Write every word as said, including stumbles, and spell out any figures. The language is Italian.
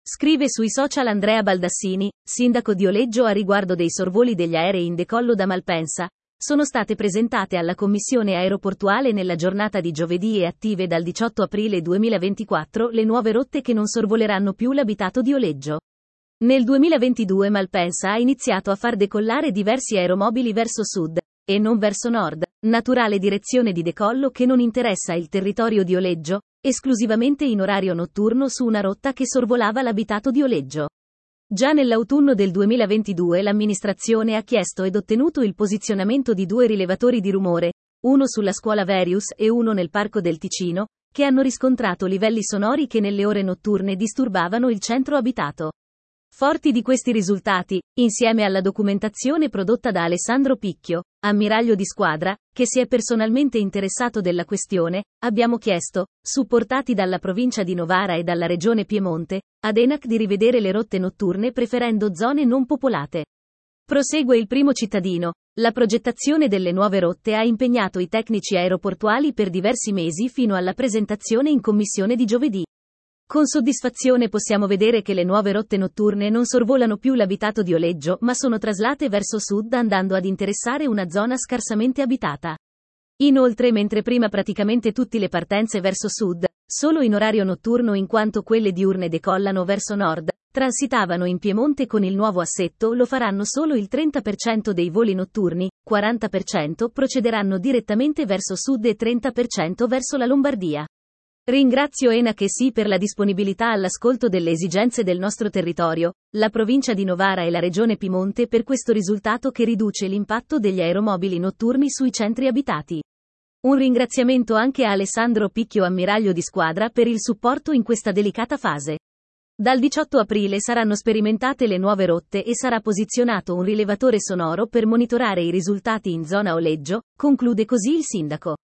Scrive sui social Andrea Baldassini, sindaco di Oleggio a riguardo dei sorvoli degli aerei in decollo da Malpensa. Sono state presentate alla Commissione aeroportuale nella giornata di giovedì e attive dal diciotto aprile duemilaventiquattro le nuove rotte che non sorvoleranno più l'abitato di Oleggio. Nel duemilaventidue Malpensa ha iniziato a far decollare diversi aeromobili verso sud, e non verso nord, naturale direzione di decollo che non interessa il territorio di Oleggio, esclusivamente in orario notturno su una rotta che sorvolava l'abitato di Oleggio. Già nell'autunno del duemilaventidue l'amministrazione ha chiesto ed ottenuto il posizionamento di due rilevatori di rumore, uno sulla scuola Verius e uno nel Parco del Ticino, che hanno riscontrato livelli sonori che nelle ore notturne disturbavano il centro abitato. Forti di questi risultati, insieme alla documentazione prodotta da Alessandro Picchio, ammiraglio di squadra, che si è personalmente interessato della questione, abbiamo chiesto, supportati dalla provincia di Novara e dalla regione Piemonte, ad ENAC di rivedere le rotte notturne preferendo zone non popolate. Prosegue il primo cittadino. La progettazione delle nuove rotte ha impegnato i tecnici aeroportuali per diversi mesi fino alla presentazione in commissione di giovedì. Con soddisfazione possiamo vedere che le nuove rotte notturne non sorvolano più l'abitato di Oleggio ma sono traslate verso sud andando ad interessare una zona scarsamente abitata. Inoltre, mentre prima praticamente tutte le partenze verso sud, solo in orario notturno in quanto quelle diurne decollano verso nord, transitavano in Piemonte con il nuovo assetto lo faranno solo il trenta per cento dei voli notturni, quaranta per cento procederanno direttamente verso sud e trenta per cento verso la Lombardia. Ringrazio ENAC e S I per la disponibilità all'ascolto delle esigenze del nostro territorio, la provincia di Novara e la regione Piemonte per questo risultato che riduce l'impatto degli aeromobili notturni sui centri abitati. Un ringraziamento anche a Alessandro Picchio, ammiraglio di squadra, per il supporto in questa delicata fase. Dal diciotto aprile saranno sperimentate le nuove rotte e sarà posizionato un rilevatore sonoro per monitorare i risultati in zona Oleggio, conclude così il sindaco.